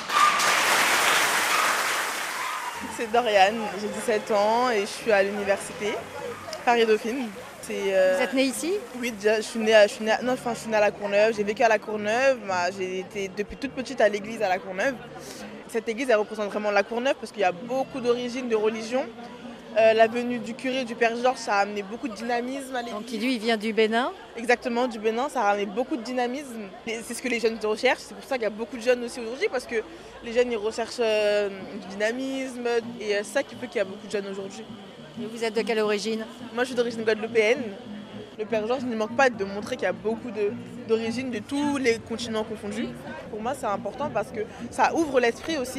C'est Doriane, j'ai dix-sept ans et je suis à l'université Paris-Dauphine. Euh... Vous êtes née ici? Oui, déjà, je suis née, à, je suis née, à, non, enfin, je suis née à la Courneuve, j'ai vécu à la Courneuve, bah, j'ai été depuis toute petite à l'église à la Courneuve. Cette église, elle représente vraiment la Courneuve parce qu'il y a beaucoup d'origines, de religions. Euh, la venue du curé, du père Georges, ça a amené beaucoup de dynamisme à l'église. Donc lui, il vient du Bénin? Exactement, du Bénin, ça a amené beaucoup de dynamisme. Et c'est ce que les jeunes recherchent, c'est pour ça qu'il y a beaucoup de jeunes aussi aujourd'hui, parce que les jeunes, ils recherchent euh, du dynamisme, et c'est ça qui fait qu'il y a beaucoup de jeunes aujourd'hui. Et vous êtes de quelle origine? Moi, je suis d'origine guadeloupéenne. Le père Georges ne manque pas de montrer qu'il y a beaucoup de, d'origines de tous les continents confondus. Pour moi, c'est important parce que ça ouvre l'esprit aussi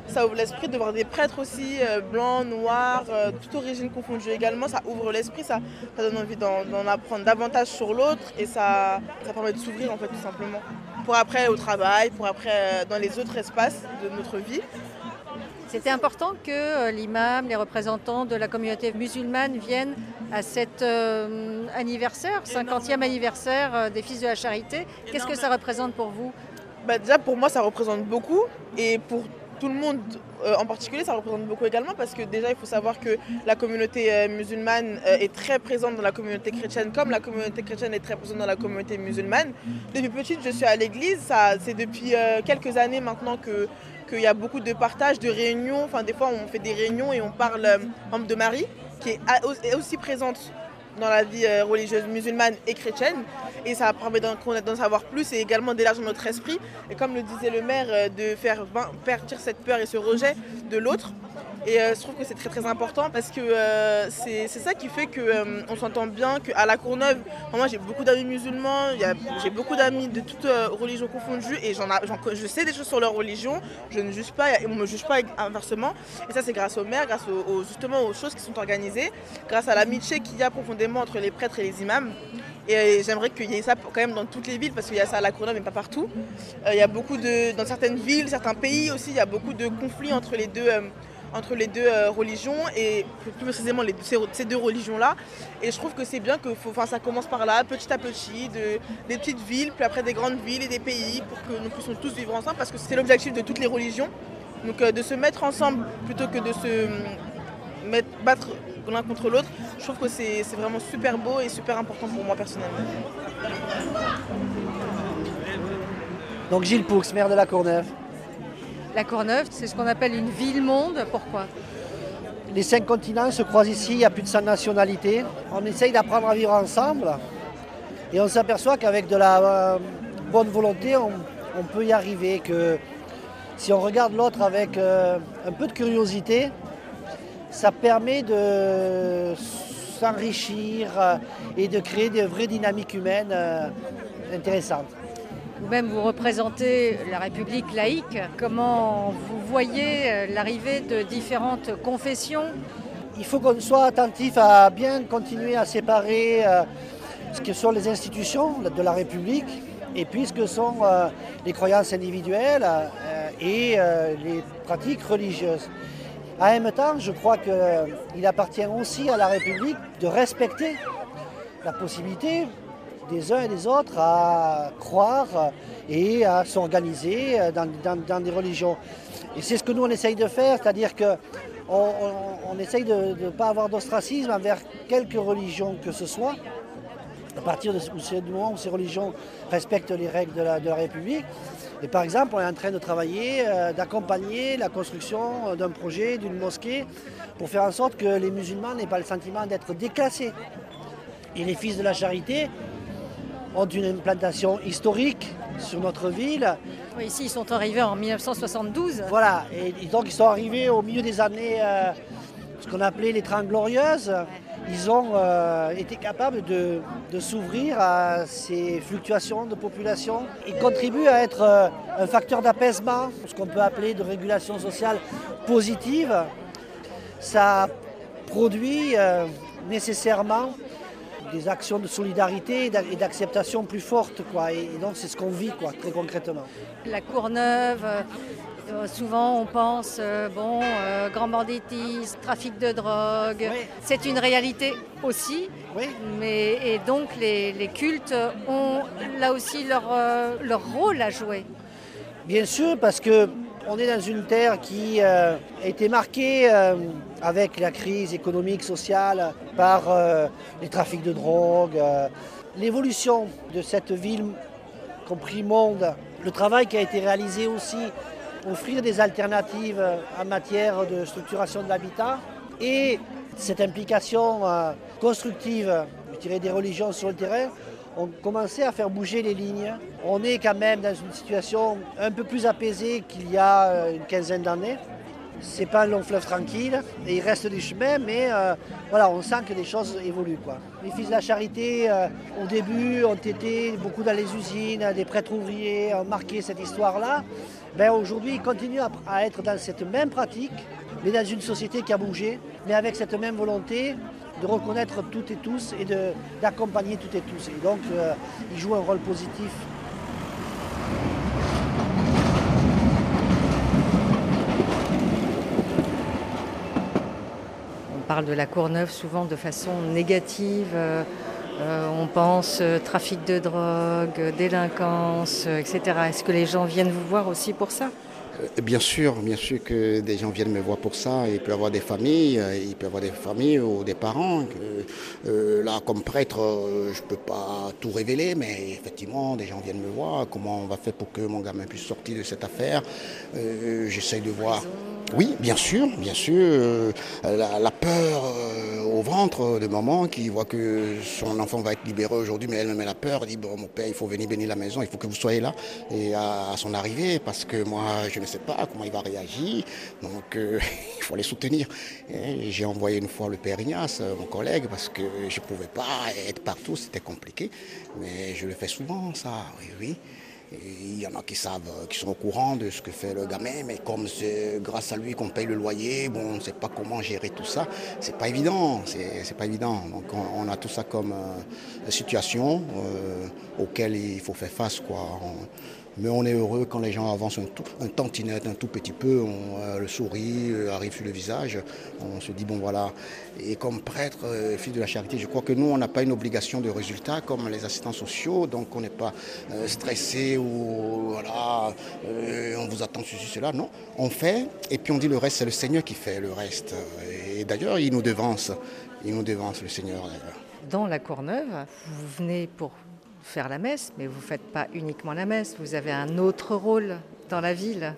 ça ouvre l'esprit de voir des prêtres aussi, euh, blancs, noirs, euh, toute origine confondue également. Ça ouvre l'esprit, ça, ça donne envie d'en, d'en apprendre davantage sur l'autre et ça, ça permet de s'ouvrir en fait tout simplement. Pour après au travail, pour après euh, dans les autres espaces de notre vie. C'était important que euh, l'imam, les représentants de la communauté musulmane viennent à cet euh, anniversaire, cinquantième anniversaire euh, des Fils de la Charité. Qu'est-ce que ça représente pour vous? Bah, déjà pour moi ça représente beaucoup et pour tout le monde euh, en particulier ça représente beaucoup également parce que déjà il faut savoir que la communauté euh, musulmane euh, est très présente dans la communauté chrétienne comme la communauté chrétienne est très présente dans la communauté musulmane. Depuis petite je suis à l'église, ça, c'est depuis euh, quelques années maintenant que qu'il y a beaucoup de partages, de réunions, enfin des fois on fait des réunions et on parle euh, de Marie qui est aussi présente dans la vie euh, religieuse musulmane et chrétienne et ça permet d'en, d'en savoir plus et également d'élargir notre esprit et comme le disait le maire euh, de faire partir cette peur et ce rejet de l'autre et euh, je trouve que c'est très très important parce que euh, c'est, c'est ça qui fait qu'on euh, s'entend bien qu'à la Courneuve, moi j'ai beaucoup d'amis musulmans, y a, j'ai beaucoup d'amis de toutes euh, religions confondues et j'en, a, j'en, je sais des choses sur leur religion, je ne juge pas et on ne me juge pas inversement et ça c'est grâce au maire, grâce aux, aux, justement aux choses qui sont organisées, grâce à l'amitié qu'il y a profondément entre les prêtres et les imams. Et j'aimerais qu'il y ait ça quand même dans toutes les villes parce qu'il y a ça à la Courneuve mais pas partout. Euh, il y a beaucoup de, dans certaines villes, certains pays aussi, il y a beaucoup de conflits entre les deux, euh, entre les deux euh, religions et plus précisément les, ces, ces deux religions-là. Et je trouve que c'est bien que faut, ça commence par là, petit à petit, de, des petites villes, puis après des grandes villes et des pays pour que nous puissions tous vivre ensemble parce que c'est l'objectif de toutes les religions. Donc euh, de se mettre ensemble plutôt que de se euh, mettre, battre l'un contre l'autre, je trouve que c'est, c'est vraiment super beau et super important pour moi personnellement. Donc Gilles Poux, maire de la Courneuve. La Courneuve, c'est ce qu'on appelle une ville-monde, pourquoi? Les cinq continents se croisent ici, il y a plus de cent nationalités. On essaye d'apprendre à vivre ensemble et on s'aperçoit qu'avec de la euh, bonne volonté, on, on peut y arriver, que si on regarde l'autre avec euh, un peu de curiosité, ça permet de s'enrichir et de créer des vraies dynamiques humaines intéressantes. Vous-même, vous représentez la République laïque. Comment vous voyez l'arrivée de différentes confessions? Il faut qu'on soit attentif à bien continuer à séparer ce que sont les institutions de la République et puis ce que sont les croyances individuelles et les pratiques religieuses. En même temps, je crois qu'il appartient aussi à la République de respecter la possibilité des uns et des autres à croire et à s'organiser dans, dans, dans des religions. Et c'est ce que nous on essaye de faire, c'est-à-dire qu'on on, on essaye de ne pas avoir d'ostracisme envers quelque religion que ce soit, à partir de, du moment où ces religions respectent les règles de la, de la République. Et par exemple, on est en train de travailler, euh, d'accompagner la construction d'un projet, d'une mosquée, pour faire en sorte que les musulmans n'aient pas le sentiment d'être déclassés. Et les Fils de la Charité ont une implantation historique sur notre ville. Oui, ici, ils sont arrivés en mille neuf cent soixante-douze. Voilà, et, et donc ils sont arrivés au milieu des années, euh, ce qu'on appelait les Trente Glorieuses. Ouais. Ils ont euh, été capables de, de s'ouvrir à ces fluctuations de population. Ils contribuent à être euh, un facteur d'apaisement, ce qu'on peut appeler de régulation sociale positive. Ça produit euh, nécessairement des actions de solidarité et d'acceptation plus fortes, quoi. Et donc c'est ce qu'on vit, quoi, très concrètement. La Courneuve, euh, souvent on pense euh, bon, euh, grand banditisme, trafic de drogue. Oui. C'est une réalité aussi. Oui. Mais, et donc les, les cultes ont là aussi leur, euh, leur rôle à jouer. Bien sûr, parce que on est dans une terre qui euh, a été marquée euh, avec la crise économique, sociale, par euh, les trafics de drogue, euh, l'évolution de cette ville, compris monde, le travail qui a été réalisé aussi, offrir des alternatives en matière de structuration de l'habitat et cette implication euh, constructive, je dirais, des religions sur le terrain, ont commencé à faire bouger les lignes. On est quand même dans une situation un peu plus apaisée qu'il y a une quinzaine d'années. c'est pas un long fleuve tranquille, et il reste des chemins, mais euh, voilà, on sent que des choses évoluent, quoi. Les Fils de la Charité, euh, au début, ont été beaucoup dans les usines, des prêtres ouvriers, ont marqué cette histoire-là. Ben, aujourd'hui, ils continuent à, à être dans cette même pratique, mais dans une société qui a bougé, mais avec cette même volonté de reconnaître toutes et tous et de, d'accompagner toutes et tous. Et donc, euh, ils jouent un rôle positif. On parle de la Courneuve souvent de façon négative. Euh, euh, on pense euh, trafic de drogue, délinquance, euh, et cetera. Est-ce que les gens viennent vous voir aussi pour ça ? Bien sûr, bien sûr que des gens viennent me voir pour ça. Il peut y avoir des familles, il peut y avoir des familles ou des parents. Euh, là, comme prêtre, je ne peux pas tout révéler, mais effectivement, des gens viennent me voir. Comment on va faire pour que mon gamin puisse sortir de cette affaire ? euh, J'essaye de voir. Oui, bien sûr, bien sûr. Euh, la, la peur euh, au ventre de maman qui voit que son enfant va être libéré aujourd'hui, mais elle-même elle a peur. Elle dit, bon, mon père, il faut venir bénir la maison, il faut que vous soyez là et à, à son arrivée, parce que moi, je ne sais pas comment il va réagir, donc euh, il faut les soutenir. Et j'ai envoyé une fois le père Ignace, mon collègue, parce que je ne pouvais pas être partout, c'était compliqué, mais je le fais souvent, ça, oui, oui. Il y en a qui savent, qui sont au courant de ce que fait le gamin, mais comme c'est grâce à lui qu'on paye le loyer, bon, on ne sait pas comment gérer tout ça, c'est pas évident, c'est, c'est pas évident. Donc on, on a tout ça comme euh, situation euh, auquel il faut faire face, quoi. On, mais on est heureux quand les gens avancent un, tout, un tantinette, un tout petit peu, on, euh, le sourire euh, arrive sur le visage, on se dit bon voilà. Et comme prêtre, euh, fils de la charité, je crois que nous on n'a pas une obligation de résultat comme les assistants sociaux, donc on n'est pas euh, stressé ou voilà, euh, on vous attend ceci, cela, non. On fait et puis on dit le reste, c'est le Seigneur qui fait le reste. Et d'ailleurs il nous devance, il nous devance le Seigneur d'ailleurs. Dans la Courneuve, vous venez pour faire la messe, mais vous ne faites pas uniquement la messe, vous avez un autre rôle dans la ville.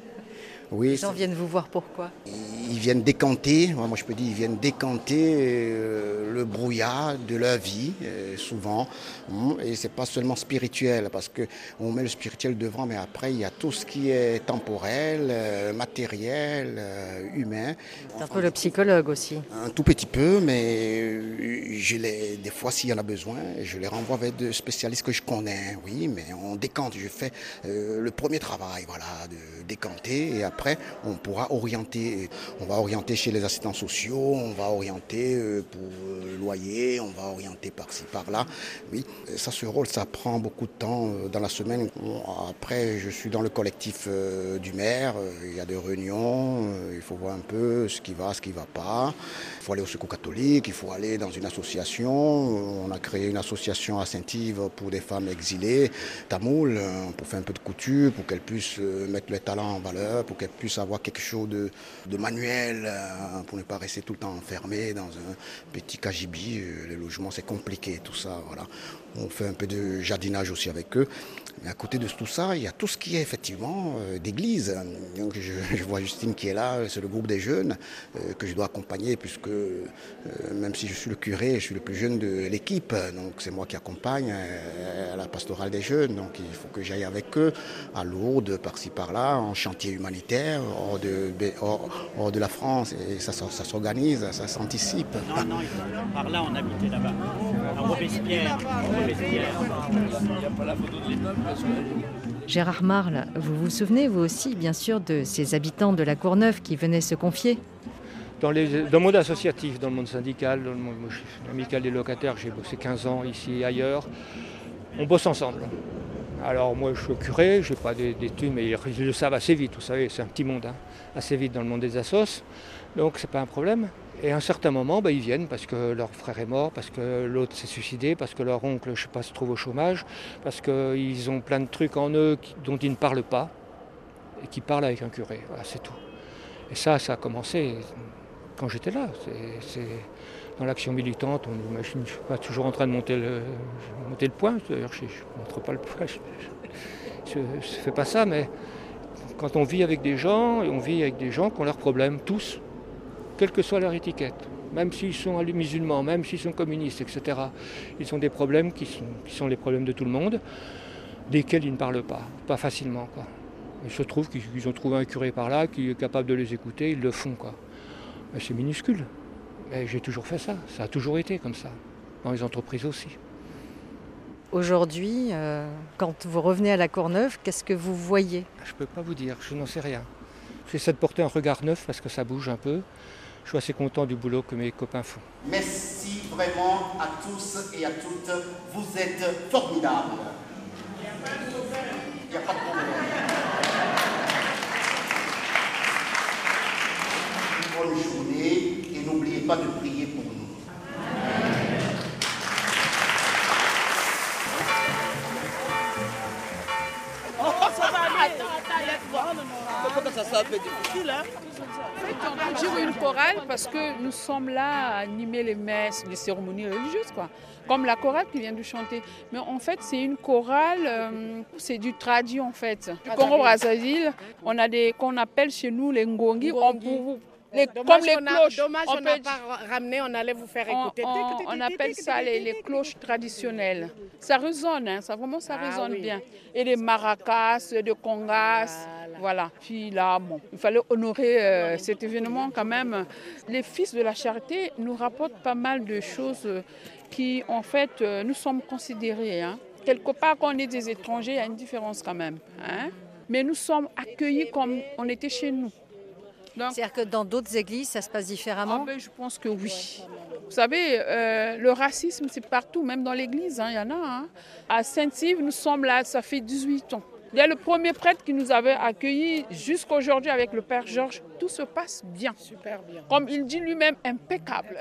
Oui, les gens viennent vous voir pourquoi ? Ils viennent décanter, moi je peux dire, ils viennent décanter euh, le brouillard de leur vie, euh, souvent. Et c'est pas seulement spirituel, parce qu'on met le spirituel devant, mais après il y a tout ce qui est temporel, euh, matériel, euh, humain. C'est un peu le psychologue aussi. Un tout petit peu, mais je les, des fois s'il y en a besoin, je les renvoie vers des spécialistes que je connais, oui, mais on décante, je fais euh, le premier travail, voilà, de décanter, et après Après, on pourra orienter, on va orienter chez les assistants sociaux, on va orienter pour le loyer, on va orienter par-ci, par-là. Oui, ça, ce rôle, ça prend beaucoup de temps dans la semaine. Après, je suis dans le collectif du maire, il y a des réunions, il faut voir un peu ce qui va, ce qui ne va pas. Il faut aller au Secours catholique, il faut aller dans une association. On a créé une association à Saint-Yves pour des femmes exilées, Tamoul, pour faire un peu de couture, pour qu'elles puissent mettre leur talent en valeur, pour qu'elles puissent avoir quelque chose de, de manuel, pour ne pas rester tout le temps enfermé dans un petit cagibi. Les logements, c'est compliqué, tout ça, voilà. On fait un peu de jardinage aussi avec eux. Mais à côté de tout ça, il y a tout ce qui est effectivement euh, d'église. Donc je, je vois Justine qui est là, c'est le groupe des jeunes euh, que je dois accompagner, puisque euh, même si je suis le curé, je suis le plus jeune de l'équipe. Donc c'est moi qui accompagne euh, à la pastorale des jeunes. Donc il faut que j'aille avec eux à Lourdes, par-ci par-là, en chantier humanitaire, hors de, hors, hors de la France. Et ça, ça, ça s'organise, ça s'anticipe. Non, non, par là on habitait là-bas, à Robespierre. Gérard Marle, vous vous souvenez vous aussi bien sûr de ces habitants de la Courneuve qui venaient se confier ? Dans, les, dans le monde associatif, dans le monde syndical, dans le monde amical des locataires, j'ai bossé quinze ans ici et ailleurs, on bosse ensemble. Alors moi je suis curé, je n'ai pas d'études, mais ils le savent assez vite, vous savez, c'est un petit monde, hein, assez vite dans le monde des assos, donc c'est pas un problème. Et à un certain moment, bah, ils viennent parce que leur frère est mort, parce que l'autre s'est suicidé, parce que leur oncle, je sais pas, se trouve au chômage, parce qu'ils ont plein de trucs en eux qui, dont ils ne parlent pas, et qui parlent avec un curé, voilà, c'est tout. Et ça, ça a commencé quand j'étais là. C'est, c'est dans l'action militante, on imagine, je ne suis pas toujours en train de monter le, monter le point, d'ailleurs je ne montre pas le point, je ne fais pas ça, mais quand on vit avec des gens, on vit avec des gens qui ont leurs problèmes, tous, quelle que soit leur étiquette, même s'ils sont musulmans, même s'ils sont communistes, et cetera. Ils ont des problèmes qui sont, qui sont les problèmes de tout le monde, desquels ils ne parlent pas, pas facilement, quoi. Il se trouve qu'ils ont trouvé un curé par là qui est capable de les écouter, ils le font, quoi. Mais c'est minuscule. Mais j'ai toujours fait ça, ça a toujours été comme ça, dans les entreprises aussi. Aujourd'hui, euh, quand vous revenez à la Courneuve, qu'est-ce que vous voyez? Je ne peux pas vous dire, je n'en sais rien. J'essaie de porter un regard neuf parce que ça bouge un peu. Je suis assez content du boulot que mes copains font. Merci vraiment à tous et à toutes. Vous êtes formidables. Il n'y a pas de problème. Bonne journée et n'oubliez pas de prier pour nous. Ça soit un peu difficile, hein? On peut dire une chorale parce que nous sommes là à animer les messes, les cérémonies religieuses, quoi. Comme la chorale qui vient de chanter. Mais en fait, c'est une chorale, euh, c'est du tradi en fait. Du Congo-Brazzaville, on a des qu'on appelle chez nous les ngongi. On peut, les, dommage comme les on a, cloches. Dommage on on n'a peut, pas ramené, on allait vous faire écouter. On, on, on appelle ça les, les cloches traditionnelles. Ça résonne, hein, ça vraiment ça ah, résonne oui. bien. Et les maracas, des congas, voilà. voilà. Puis là, bon, il fallait honorer euh, cet événement quand même. Les Fils de la Charité nous rapportent pas mal de choses qui, en fait, euh, nous sommes considérés. Hein. Quelque part, quand on est des étrangers, il y a une différence quand même. Hein. Mais nous sommes accueillis comme on était chez nous. C'est-à-dire que dans d'autres églises, ça se passe différemment? Ah ben, je pense que oui. Vous savez, euh, le racisme, c'est partout, même dans l'église, il hein, y en a. Hein. À Sainte-Yves, nous sommes là, ça fait dix-huit ans. Il y a le premier prêtre qui nous avait accueillis jusqu'à aujourd'hui avec le Père Georges. Tout se passe bien. Super bien. Comme il dit lui-même, impeccable.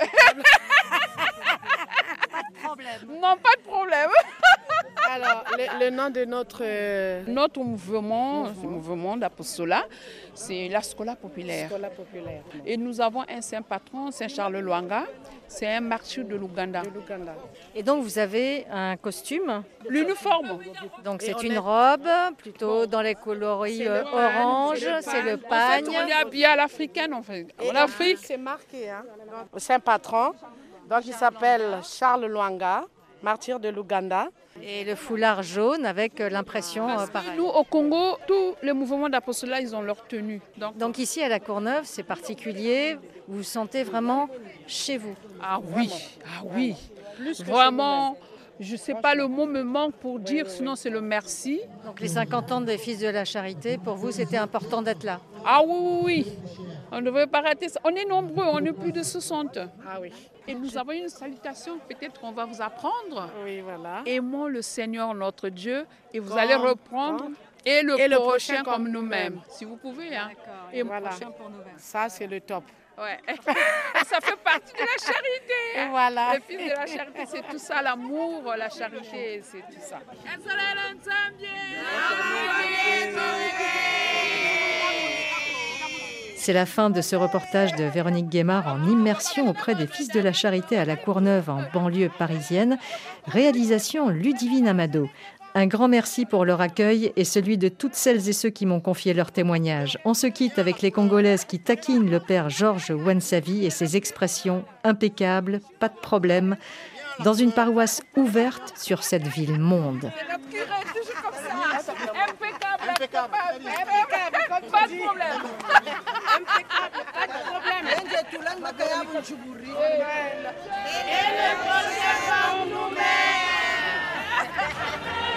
Pas de problème. Non, pas de problème. Alors, le, le nom de notre... Euh... Notre mouvement, le mouvement d'apostolat, c'est la Scola populaire. Scola populaire. Et nous avons un saint patron, Saint Charles Lwanga. C'est un martyr de l'Ouganda. Et donc vous avez un costume? L'uniforme. Donc c'est une est... robe, plutôt dans les coloris euh, orange, c'est le pagne. En fait, on est habillé à l'africaine en fait. En Afrique. C'est marqué. Hein. Le saint patron, donc il s'appelle Charles Lwanga, martyr de l'Ouganda. Et le foulard jaune avec l'impression euh, pareille. Nous, au Congo, tous les mouvements d'apostolat, ils ont leur tenue. Donc, Donc ici, à la Courneuve, c'est particulier. Vous vous sentez vraiment chez vous? Ah oui, ah oui. Plus vraiment, je ne sais pas, le mot me manque pour dire, oui, sinon oui. C'est le merci. Donc les cinquante ans des Fils de la Charité, pour vous, c'était important d'être là? Ah oui, oui, oui. On ne devait pas rater ça. On est nombreux, on est plus de soixante. Ah oui. Et nous avons une salutation, peut-être qu'on va vous apprendre. Oui, voilà. Aimons le Seigneur notre Dieu et vous comme, allez reprendre comme, et, le, et le prochain, prochain comme nous-mêmes. Nous si vous pouvez. Hein. Et voilà. Le prochain pour nous-mêmes. Ça, c'est le top. Ouais. Ça fait partie de la charité. Et voilà. Le Fils de la Charité, c'est tout ça, l'amour, la charité, c'est tout ça. C'est la fin de ce reportage de Véronique Guémard en immersion auprès des Fils de la Charité à la Courneuve en banlieue parisienne. Réalisation Ludivine Amado. Un grand merci pour leur accueil et celui de toutes celles et ceux qui m'ont confié leur témoignage. On se quitte avec les Congolaises qui taquinent le père Georges Wansavi et ses expressions impeccables, pas de problème, dans une paroisse ouverte sur cette ville monde. Impeccable, impeccable, impeccable, pas de problème. Impeccable, pas de problème. Et le prochain, nous-mêmes.